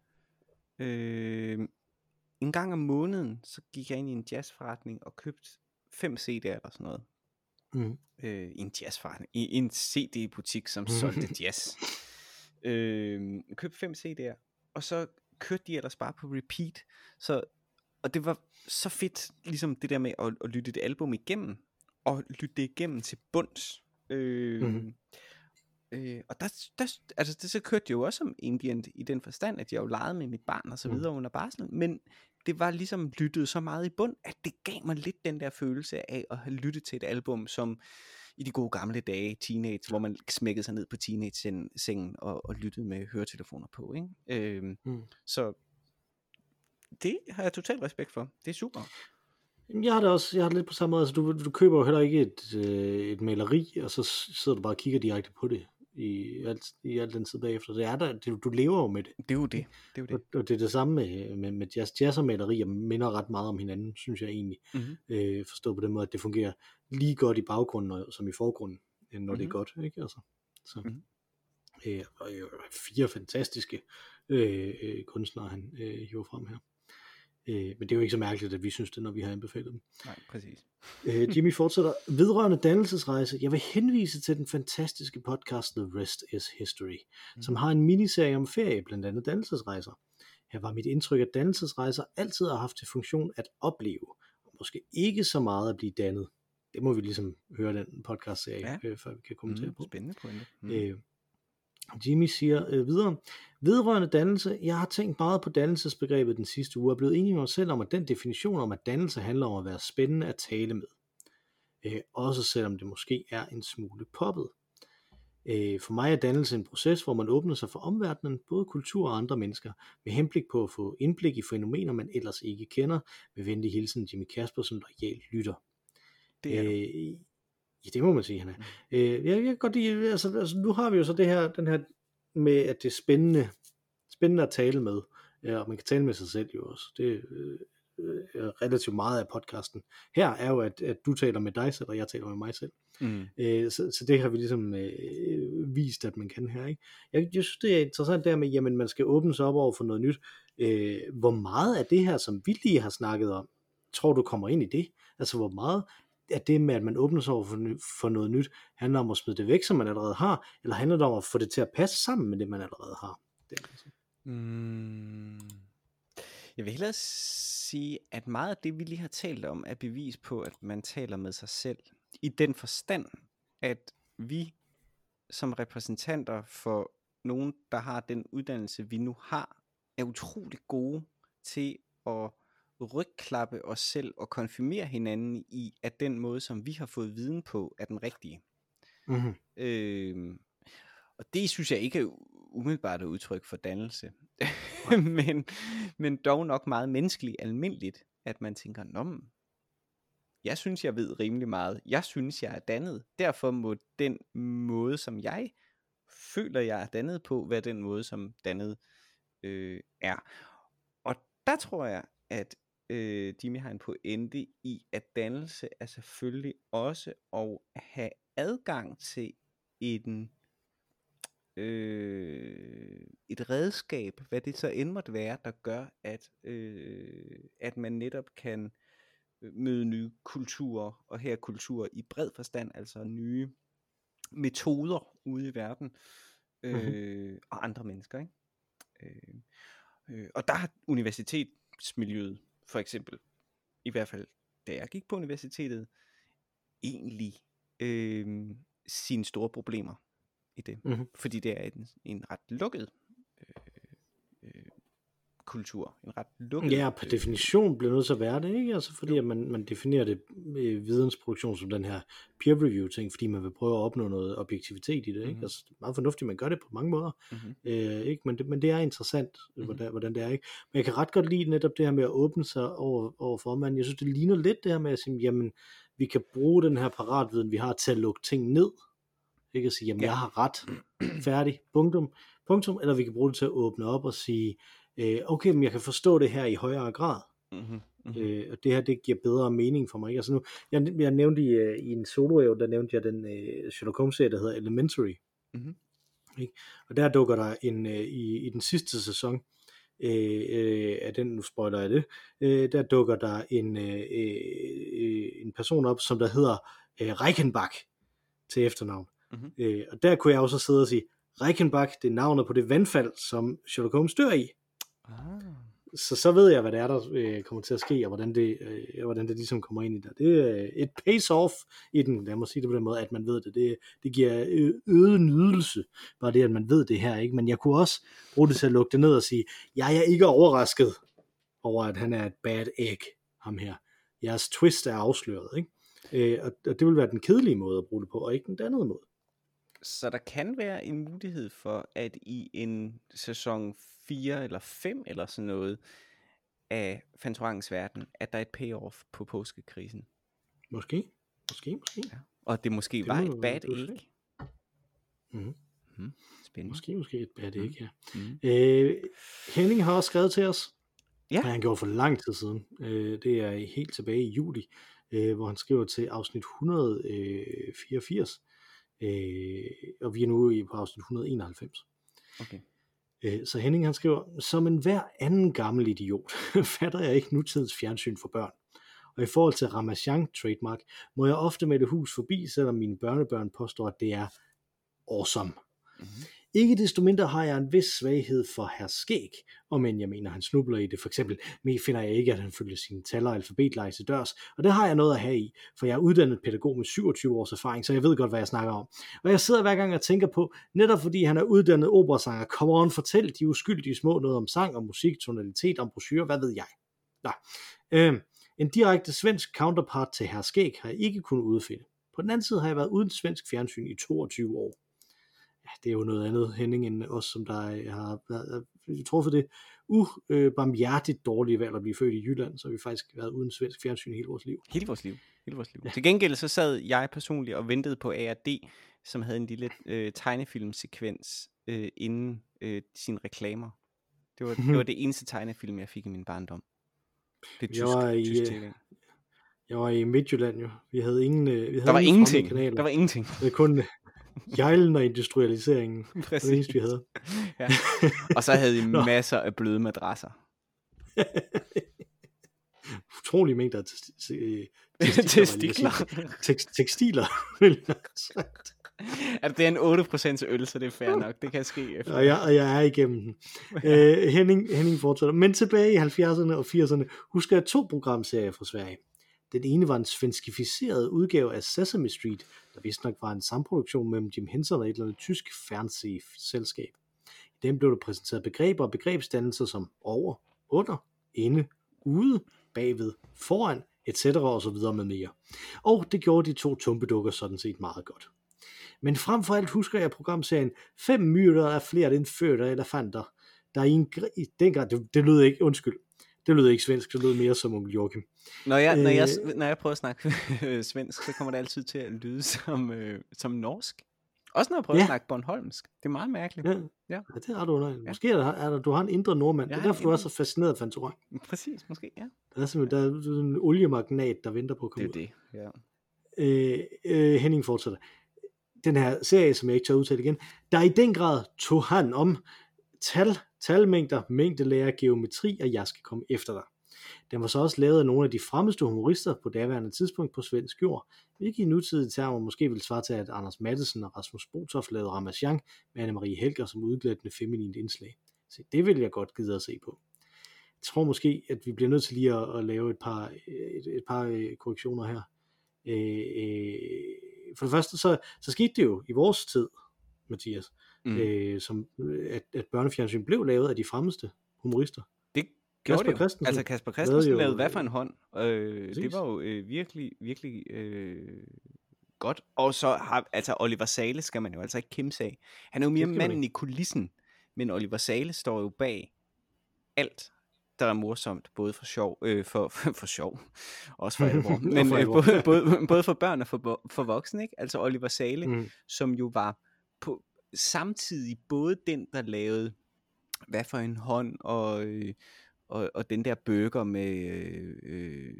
en gang om måneden, så gik jeg ind i en jazzforretning og købte 5 CD'er eller sådan noget. I en jazzforretning, i en CD-butik, som solgte jazz. Købte 5 CD'er, og så kørte de ellers bare på repeat. Og det var så fedt, ligesom det der med at lytte et album igennem, og lytte det igennem til bunds. Og det så kørte det jo også som ambient i den forstand, at jeg jo legede med mit barn og så videre under barslen, men det var ligesom lyttet så meget i bund, at det gav mig lidt den der følelse af at have lyttet til et album, som i de gode gamle dage, teenage, hvor man smækkede sig ned på teenage-sengen og lyttede med høretelefoner på, ikke? Så det har jeg totalt respekt for. Det er super. Jeg har det lidt på samme måde. Altså, du køber jo heller ikke et maleri, og så sidder du bare og kigger direkte på det i alt den tid bagefter. Det er der, du lever jo med det. Det er jo det. Og det er det samme med jazz. Jazz og malerier minder ret meget om hinanden, synes jeg egentlig. Forstået på den måde, at det fungerer lige godt i baggrunden som i forgrunden, når det er godt. Ikke? Altså, så. Og 4 fantastiske kunstnere, han hiver frem her. Men det er jo ikke så mærkeligt, at vi synes det, når vi har anbefalet dem. Nej, præcis. Jimmy fortsætter: vedrørende dannelsesrejse, jeg vil henvise til den fantastiske podcast The Rest is History, som har en miniserie om ferie, blandt andet dannelsesrejser. Her var mit indtryk, at dannelsesrejser altid har haft til funktion at opleve, og måske ikke så meget at blive dannet. Det må vi ligesom høre den podcastserie, før vi kan kommentere på. Spændende pointe. Jimmy siger videre: vedrørende dannelse, jeg har tænkt meget på dannelsesbegrebet den sidste uge og er blevet enig med mig selv om, at den definition om, at dannelse handler om at være spændende at tale med. Også selvom det måske er en smule poppet. For mig er dannelse en proces, hvor man åbner sig for omverdenen, både kultur og andre mennesker, med henblik på at få indblik i fænomener, man ellers ikke kender. Med venlig hilsen, Jimmy Kaspersen, loyal lytter. Det er Ja, det må man sige, han er. Jeg kan godt lide, altså nu har vi jo så den her med, at det er spændende at tale med, og man kan tale med sig selv jo også. Det er relativt meget af podcasten. Her er jo, at du taler med dig selv, og jeg taler med mig selv. Så det har vi ligesom vist, at man kan her, ikke? Jeg synes, det er interessant der med, jamen man skal åbne sig op over for noget nyt. Hvor meget af det her, som vi lige har snakket om, tror du kommer ind i det? Altså hvor meget at det med, at man åbner sig over for noget nyt, handler om at smide det væk, som man allerede har, eller handler det om at få det til at passe sammen med det, man allerede har? Jeg vil hellere sige, at meget af det, vi lige har talt om, er bevis på, at man taler med sig selv. I den forstand, at vi som repræsentanter for nogen, der har den uddannelse, vi nu har, er utrolig gode til at rygklappe os selv og konfirmere hinanden i, at den måde, som vi har fået viden på, er den rigtige. Og det synes jeg ikke er umiddelbart et udtryk for dannelse. men dog nok meget menneskeligt almindeligt, at man tænker, jeg synes, jeg ved rimelig meget. Jeg synes, jeg er dannet. Derfor må den måde, som jeg føler jeg er dannet på, hvad den måde, som dannet er. Og der tror jeg, at Jimmy har en pointe i, at dannelse er selvfølgelig også at have adgang til et redskab, hvad det så end måtte være, der gør, at man netop kan møde nye kulturer, og her kulturer i bred forstand, altså nye metoder ude i verden, og andre mennesker, ikke? Og der har universitetsmiljøet, for eksempel, i hvert fald da jeg gik på universitetet, egentlig sine store problemer i det. Fordi det er en ret lukket kultur. En ret lukket... Ja, per definition bliver nødt til at være det, ikke? Altså fordi at man definerer det vidensproduktion som den her peer review ting, fordi man vil prøve at opnå noget objektivitet i det, ikke? Altså det er meget fornuftigt, man gør det på mange måder, ikke? Men det er interessant, hvordan det er, ikke? Men jeg kan ret godt lide netop det her med at åbne sig over for man. Jeg synes, det ligner lidt det her med at sige, jamen, vi kan bruge den her paratviden, vi har til at lukke ting ned, ikke? At sige, jamen, jeg har ret, færdig, punktum, eller vi kan bruge det til at åbne op og sige, okay, men jeg kan forstå det her i højere grad. Og det her, det giver bedre mening for mig, ikke? Altså nu, jeg nævnte i en solo, der nævnte jeg den Sherlock Holmes-serie, der hedder Elementary. Ikke? Og der dukker der i den sidste sæson af den, nu spoiler jeg det, der dukker der en person op, som der hedder Reichenbach til efternavn. Og der kunne jeg også sidde og sige, Reichenbach, det er navnet på det vandfald, som Sherlock Holmes dør i. Så ved jeg, hvad det er, der kommer til at ske, og hvordan det ligesom kommer ind i det. Det er et pace-off i den, lad mig sige det på den måde, at man ved det. Det giver øget nydelse, bare det, at man ved det her, ikke? Men jeg kunne også bruge det til at lukke det ned og sige, jeg er ikke overrasket over, at han er et bad egg, ham her. Jeres twist er afsløret, ikke? Og det vil være den kedelige måde at bruge det på, og ikke den anden måde. Så der kan være en mulighed for, at i en sæson 4 eller 5 eller sådan noget af Fantorang's verden, at der er et payoff på påskekrisen. Måske. Ja. Og det måske det var et bad egg. Spændende. Måske et bad egg, ja. Henning har også skrevet til os, hvad han gjorde for lang tid siden. Det er helt tilbage i juli, hvor han skriver til afsnit 184. Og vi er nu på afsnit 191. Okay. Så Henning han skriver, som en hver anden gammel idiot, fatter jeg ikke nutidens fjernsyn for børn. Og i forhold til Ramachan trademark, må jeg ofte med det hus forbi, selvom mine børnebørn påstår, at det er awesome. Ikke desto mindre har jeg en vis svaghed for Hr. Skæg, og men jeg mener, han snubler i det. For eksempel finder jeg ikke, at han følger sine tal- og alfabetleje til dørs, og det har jeg noget at have i, for jeg er uddannet pædagog med 27 års erfaring, så jeg ved godt, hvad jeg snakker om. Og jeg sidder hver gang og tænker på, netop fordi han er uddannet operasanger, come on, fortæl de uskyldige små noget om sang og musik, tonalitet, om brochurer, hvad ved jeg. En direkte svensk counterpart til Hr. Skæg har jeg ikke kunnet udfinde. På den anden side har jeg været uden svensk fjernsyn i 22 år. Ja, det er jo noget andet, Henning, end os, som der har truffet det barmhjertigt dårlige valg at blive født i Jylland, så har vi faktisk været uden svensk fjernsyn hele vores liv. Hele vores liv. Ja. Til gengæld så sad jeg personligt og ventede på ARD, som havde en lille tegnefilmsekvens inden sine reklamer. Det var det eneste tegnefilm, jeg fik i min barndom. Det er tysk TV. Jeg var i Midtjylland jo. Vi havde ingen der var ingenting. Der var ingenting. Det var kun Jejlen og industrialiseringen. Præcis. Det eneste, vi havde. Ja. Og så havde I masser af bløde madrasser. Utrolige mængder af tekstiler. Altså, det er en 8% øl, så det er fair nok. Det kan ske efter. Og jeg er igennem den. Henning fortsætter. Men tilbage i 70'erne og 80'erne husker jeg 2 programserier fra Sverige. Den ene var en svenskificeret udgave af Sesame Street, der vist nok var en samproduktion mellem Jim Henson og et eller andet tysk fernsehselskab. I den blev der præsenteret begreber og begrebsdannelser som over, under, inde, ude, bagved, foran, etc. og så videre med mere. Og det gjorde de 2 tumpedukker sådan set meget godt. Men frem for alt husker jeg programserien 5 myter af flere end fødte elefanter, der i den grad, det lød ikke, undskyld, det lød ikke svensk, det lød mere som onkel Joachim. Når jeg prøver at snakke svensk, så kommer det altid til at lyde som norsk. Også når jeg prøver at snakke Bornholmsk. Det er meget mærkeligt. Ja, det er du. Måske er der, du har en indre nordmand. Det er derfor, du er så fascineret af Fantorang. Præcis, måske, ja. Der er simpelthen der er en oliemagnat, der venter på at komme ud. Det er det, ja. Henning fortsætter. Den her serie, som jeg ikke tør udtale igen, der i den grad tog han om talmængder, mængdelære, geometri, og jeg skal komme efter dig. Den var så også lavet af nogle af de fremmeste humorister på daværende tidspunkt på svensk jord, hvilket i nutidige termer måske vil svare til, at Anders Matthesen og Rasmus Botoft lavede Ramachan med Anne-Marie Helger som udglættende feminint indslag. Så det vil jeg godt gide at se på. Jeg tror måske, at vi bliver nødt til lige at lave et par korrektioner her. For det første, så skete det jo i vores tid, Mathias, at børnefjernsyn blev lavet af de fremmeste humorister. Kasper Christensen. Altså Kasper Christensen lavede Hvad for en hånd? Det var jo virkelig, virkelig godt. Og så har Oliver Zahle skal man jo altså ikke kimse af. Han er jo mere manden i kulissen, men Oliver Zahle står jo bag alt, der er morsomt, både for sjov, for sjov, også for alvor, men både for børn og for voksne, ikke? Altså Oliver Zahle, som jo var på samtidig både den, der lavede Hvad for en hånd, og den der burger med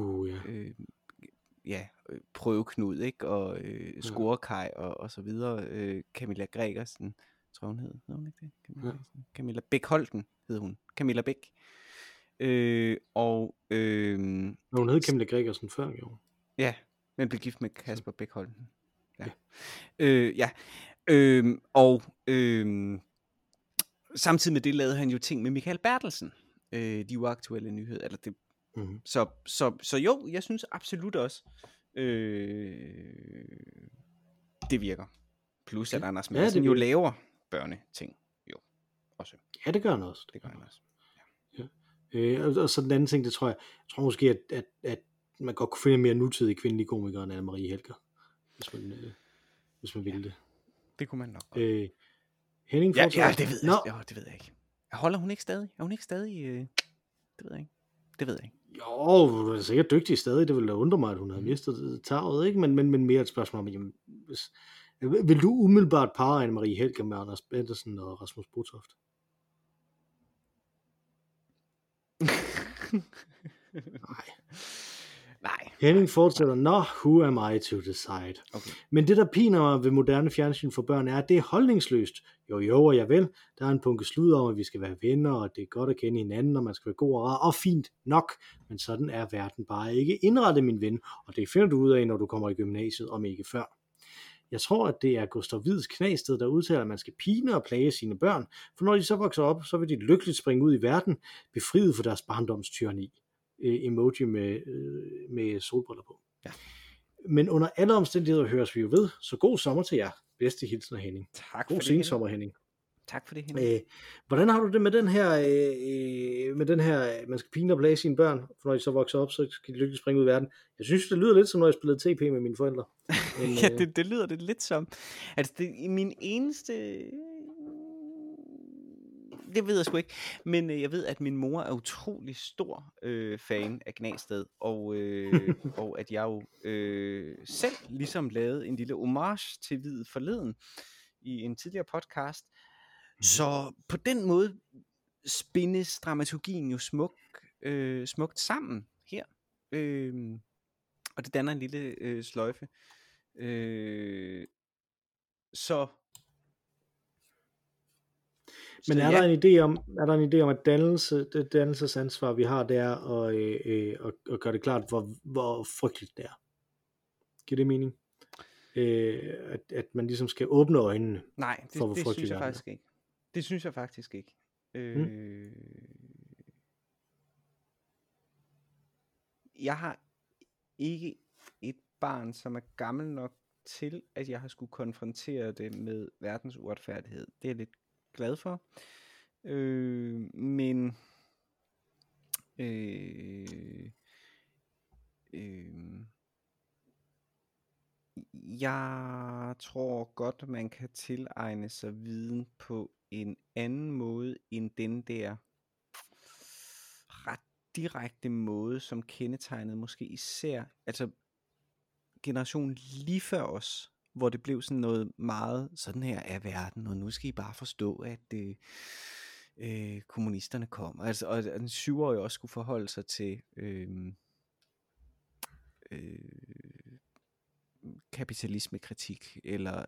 prøveknud, ikke? Og scorekaj og så videre. Camilla Gregersen, tror hun hed hun ikke det? Camilla Bækholten hed hun. Camilla Bæk. Hun hed Camilla Gregersen før, jo. Ja, men blev gift med Kasper Bækholten. Samtidig med det lavede han jo ting med Michael Bertelsen. De uaktuelle nyheder, eller det. Så jo, jeg synes absolut også, det virker. Plus at Anders Madsen jo laver børneting, jo også. Ja, det gør han også. Det gør han også. Ja. Og så den anden ting, det tror jeg måske, at man godt kunne finde mere nutidige kvindelige komikere end Anne-Marie Helger, hvis man ville det. Det kunne man nok. Henning fortsætter. Ja, det ved jeg. No. Det ved jeg ikke. Holder hun ikke stadig? Er hun ikke stadig? Det ved jeg ikke. Det ved jeg ikke. Jo, hun er sikkert dygtig stadig. Det ville da undre mig, at hun havde mistet taget, ikke? Men mere et spørgsmål om, jamen, vil du umiddelbart parre Anne-Marie Helger med Anders Matthesen og Rasmus Botoft? Nej. Henning fortsætter, who am I to decide? Okay. Men det, der piner mig ved moderne fjernsyn for børn, er, at det er holdningsløst. Jo, og jeg vil. Der er en punkt slud om, at vi skal være venner, og det er godt at kende hinanden, og man skal være god og rar, og fint nok. Men sådan er verden bare ikke indrettet, min ven, og det finder du ud af, når du kommer i gymnasiet, om ikke før. Jeg tror, at det er Gustav Wieds Knagsted, der udtaler, at man skal pine og plage sine børn, for når de så vokser op, så vil de lykkeligt springe ud i verden, befriet for deres barndomstyranni. Emoji med solbriller på. Ja. Men under alle omstændigheder høres vi jo ved, så god sommer til jer. Bedste hilsen af Henning. Tak god sensommer, Henning. Tak for det, Henning. Hvordan har du det med den her, man skal pine og plage sine børn, for når de så vokser op, så skal de lykkeligt springe ud i verden. Jeg synes, det lyder lidt som, når jeg spillede TP med mine forældre. Men, ja, det lyder det lidt som. Altså, det er min eneste... Det ved jeg sgu ikke, men jeg ved, at min mor er utrolig stor fan af Knagsted, og at jeg jo selv ligesom lavede en lille homage til Hvid forleden i en tidligere podcast. Så på den måde spindes dramaturgien jo smukt sammen her, og det danner en lille sløjfe. Så men er der en idé om, at det dannelsesansvar, vi har, det er at gøre det klart, hvor frygteligt det er? Giver det mening? At man ligesom skal åbne øjnene? Nej, det synes jeg faktisk ikke. Det synes jeg faktisk ikke. Jeg har ikke et barn, som er gammel nok til, at jeg har skulle konfrontere det med verdens uretfærdighed. Det er jeg lidt glad for. Men jeg tror godt, man kan tilegne sig viden på en anden måde, end den der ret direkte måde, som kendetegnede måske især, altså generationen lige før os, hvor det blev sådan noget meget, sådan her er verden, og nu skal I bare forstå, at kommunisterne kom. Altså, og en 7-årig også skulle forholde sig til kapitalismekritik, eller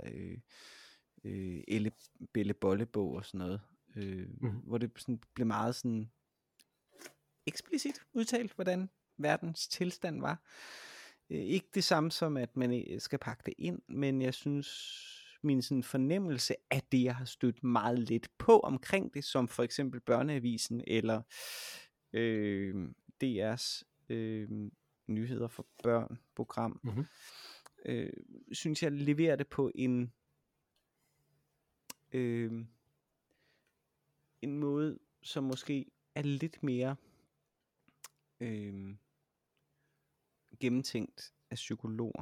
Belle Bolle-bog og sådan noget, hvor det sådan blev meget sådan eksplicit udtalt, hvordan verdens tilstand var. Ikke det samme som, at man skal pakke det ind, men jeg synes, min sådan fornemmelse af det, jeg har stødt meget lidt på omkring det, som for eksempel Børneavisen, eller DR's nyheder for børn program, synes jeg leverer det på en måde, som måske er lidt mere gennemtænkt af psykologer.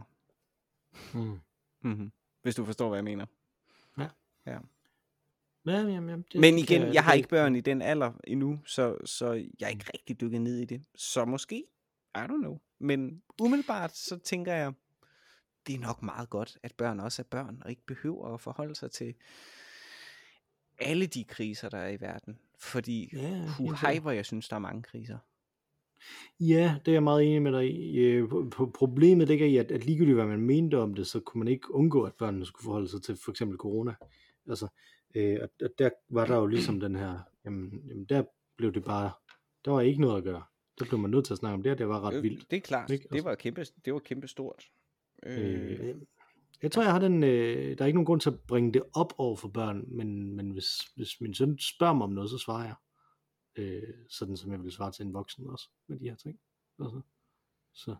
Hvis du forstår, hvad jeg mener. Ja. Ja. Jamen, men igen, jeg har ikke børn i den alder endnu, så jeg er ikke rigtig dykket ned i det. Så måske, I don't know. Men umiddelbart, så tænker jeg, det er nok meget godt, at børn også er børn, og ikke behøver at forholde sig til alle de kriser, der er i verden. Fordi, hvor jeg synes, der er mange kriser. Ja, det er jeg meget enig med dig i. Problemet ligger i, at ligegyldigt hvad man mente om det, så kunne man ikke undgå, at børnene skulle forholde sig til for eksempel corona. Altså, og der var der jo ligesom den her, jamen der blev det bare, der var ikke noget at gøre. Der blev man nødt til at snakke om det var ret vildt. Det er klart, ikke? Det var kæmpe stort. Jeg tror, jeg har den, der er ikke nogen grund til at bringe det op over for børn, men hvis min søn spørger mig om noget, så svarer jeg. Sådan som jeg ville svare til en voksen også med de her ting. Altså. Så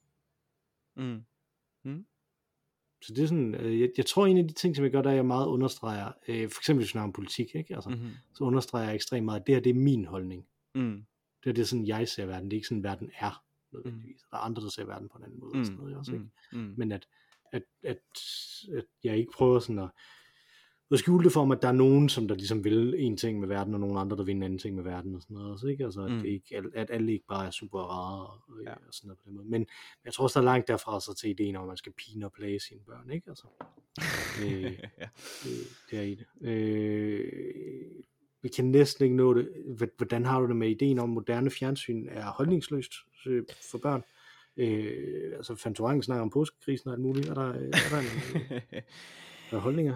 det er sådan, jeg tror en af de ting, som jeg gør, der jeg meget understreger, for eksempel hvis vi snakker om politik, ikke? Altså, så understreger jeg ekstremt meget, at det her, det er min holdning. Det er sådan, jeg ser verden. Det er ikke sådan, verden er nødvendigvis. Der er andre, der ser verden på en anden måde. Og sådan noget, også, ikke? Men at jeg ikke prøver sådan at skjule det for mig, at der er nogen, som der ligesom vil en ting med verden, og nogen andre, der vil en anden ting med verden, og sådan noget også, ikke? Altså, at, det ikke, at alle ikke bare er super rare, og sådan noget på den måde. Men jeg tror også, der er langt derfra så til ideen om, at man skal pine og plage sine børn, ikke? Altså, det er i det. Vi kan næsten ikke nå det. Hvordan har du det med ideen om, moderne fjernsyn er holdningsløst for børn? Altså, Fantorangen snakker om påskekrisen og alt muligt. Er der en holdninger?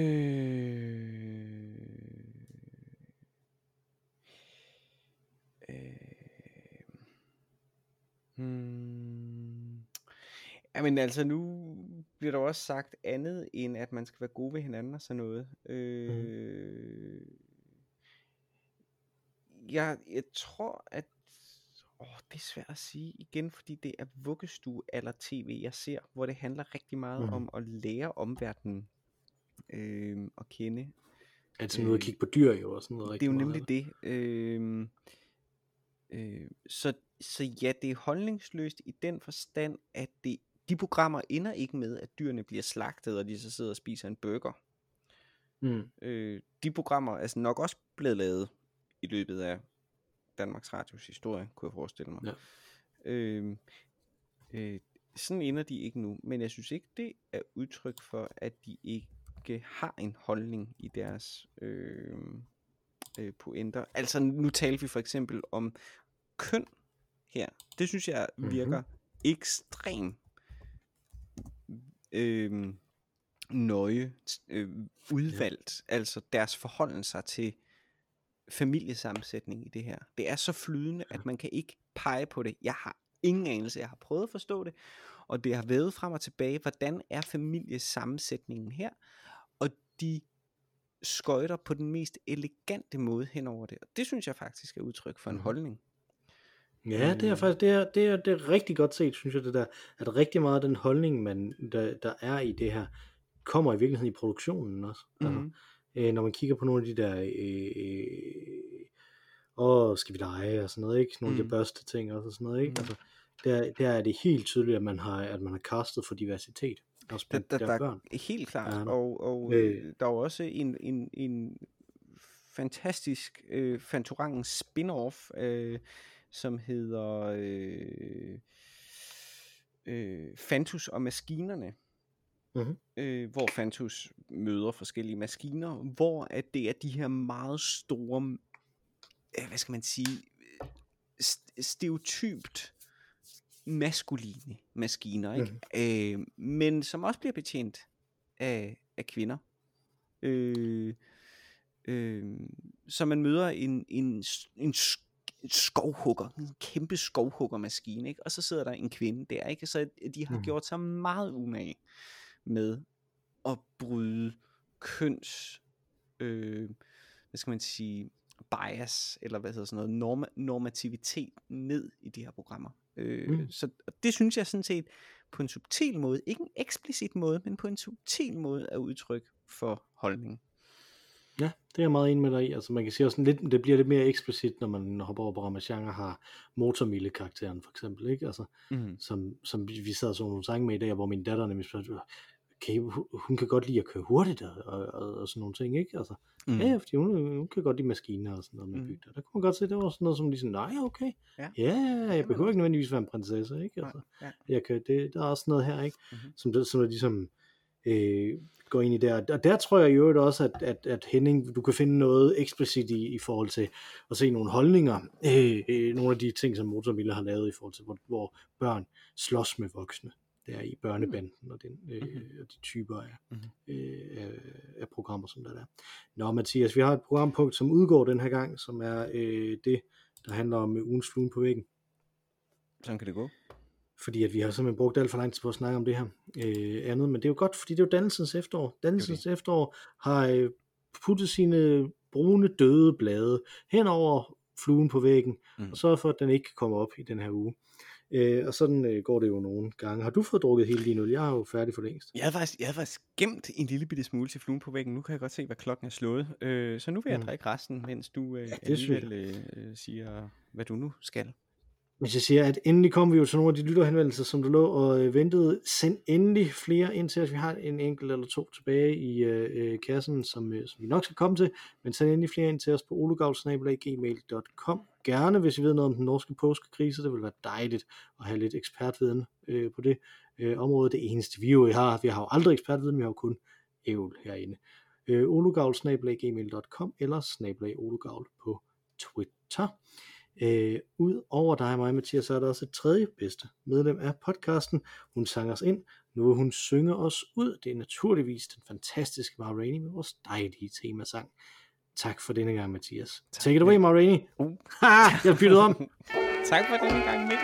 Jamen altså, nu bliver der også sagt andet, end at man skal være gode ved hinanden og sådan noget. Jeg tror, at det er svært at sige igen, fordi det er vuggestue eller tv, jeg ser, hvor det handler rigtig meget om at lære omverdenen at kende. Altså noget at kigge på dyr jo og sådan noget. Det er jo nemlig det. Så ja, det er holdningsløst i den forstand, at de programmer ender ikke med, at dyrene bliver slagtet, og de så sidder og spiser en burger. De programmer er altså nok også blevet lavet i løbet af Danmarks Radios historie, kunne jeg forestille mig. Ja. Sådan ender de ikke nu, men jeg synes ikke, det er udtryk for, at de ikke har en holdning i deres pointer. Altså nu taler vi for eksempel om køn her. Det synes jeg virker ekstremt nøje udvalgt. Altså deres forholden sig til familiesammensætning i det her. Det er så flydende, at man kan ikke pege på det. Jeg har ingen anelse. Jeg har prøvet at forstå det, og det har været frem og tilbage. Hvordan er familiesammensætningen her? Og de skøjter på den mest elegante måde hen over det. Og det synes jeg faktisk er udtryk for en holdning. Ja, det er faktisk det er rigtig godt set, synes jeg, det der, at rigtig meget af den holdning, der er i det her, kommer i virkeligheden i produktionen også. Altså, når man kigger på nogle af de der skal vi lege og sådan noget, ikke? Nogle af de børste ting også og sådan noget, ikke? Altså, der er det helt tydeligt, at man har castet for diversitet. Også der børn. Helt klart, og der er jo også en fantastisk Fantorangen spin-off, som hedder Fantus og Maskinerne, hvor Fantus møder forskellige maskiner, hvor at det er de her meget store, hvad skal man sige, stereotypt maskuline maskiner, ikke? Men som også bliver betjent af kvinder. Så man møder en skovhugger, en kæmpe skovhuggermaskine, ikke? Og så sidder der en kvinde der, ikke? Så de har gjort sig meget umage med at bryde køns, hvad skal man sige, bias, eller hvad hedder sådan noget, normativitet ned i de her programmer. Så det synes jeg sådan set på en subtil måde, ikke en eksplicit måde, men på en subtil måde er udtryk for holdningen. Ja, det er jeg meget enig med dig i. Altså man kan sige også lidt, det bliver lidt mere eksplicit, når man hopper over på Ramachan har motormille-karakteren for eksempel, ikke? Altså, som vi sad og så nogle sange med i dag, hvor min datter nemlig spørger, okay, hun kan godt lide at køre hurtigt og sådan nogle ting, ikke? Altså, ja, fordi hun kan godt lide maskiner og sådan noget med bygder. Der kunne man godt se, det var sådan noget som ligesom, nej, okay, ja, jeg behøver ikke nødvendigvis være en prinsesse, ikke? Altså, jeg kan, der er også noget her, ikke? Som er ligesom går ind i der, og der tror jeg jo også, at Henning, du kan finde noget eksplicit i forhold til at se nogle holdninger, nogle af de ting, som Motormille har lavet i forhold til, hvor børn slås med voksne, der i børnebanden, og de typer af programmer, som der er. Nå, Mathias, vi har et programpunkt, som udgår den her gang, som er det, der handler om ugens fluen på væggen. Sådan kan det gå. Fordi at vi har simpelthen brugt alt for lang tid på at snakke om det her andet, men det er jo godt, fordi det er jo dannelsens efterår. Dannelsens efterår har puttet sine brune døde blade hen over fluen på væggen, og sørget for, at den ikke kommer op i den her uge. Og sådan går det jo nogle gange. Har du fået drukket hele din øl? Jeg er jo færdig for længst. Jeg havde faktisk gemt en lille bitte smule til fluen på væggen. Nu kan jeg godt se, hvad klokken er slået. Så nu vil jeg drikke resten, mens du alligevel siger, hvad du nu skal. Hvis jeg siger, at endelig kommer vi jo til nogle af de lytterhenvendelser, som du lå og ventede. Send endelig flere ind til os. Vi har en enkelt eller to tilbage i kassen, som vi nok skal komme til. Men send endelig flere ind til os på olugavl@gmail.com. Gerne, hvis I ved noget om den norske påskekrise. Det vil være dejligt at have lidt ekspertviden på det område. Det eneste vi har jo aldrig ekspertviden, vi har jo kun ævl herinde. olugavl@gmail.com eller @olugavl på Twitter. Ud over dig og mig, Mathias, så er der også et tredje bedste medlem af podcasten. Hun sang os ind. Nu vil hun synge os ud. Det er naturligvis den fantastiske Ma Rainey med vores dejlige temasang. Tak for denne gang, Mathias. Take it away, Ma Rainey. Jeg byttede om. Tak for denne gang, Mikkel.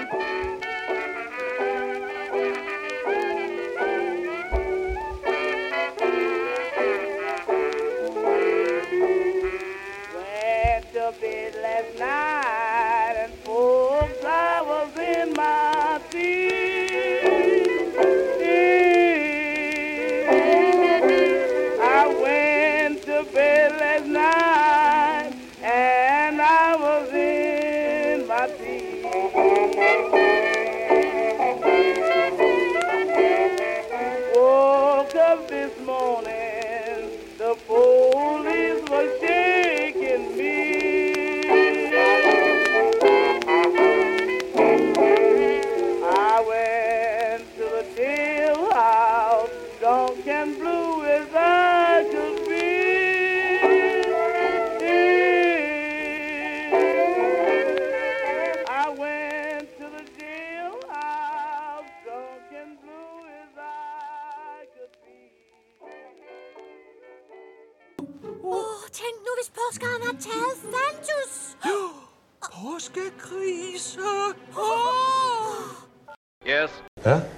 Tænk nu, hvis påskeren har taget Fantus! Påskekrise! Yes. Ja?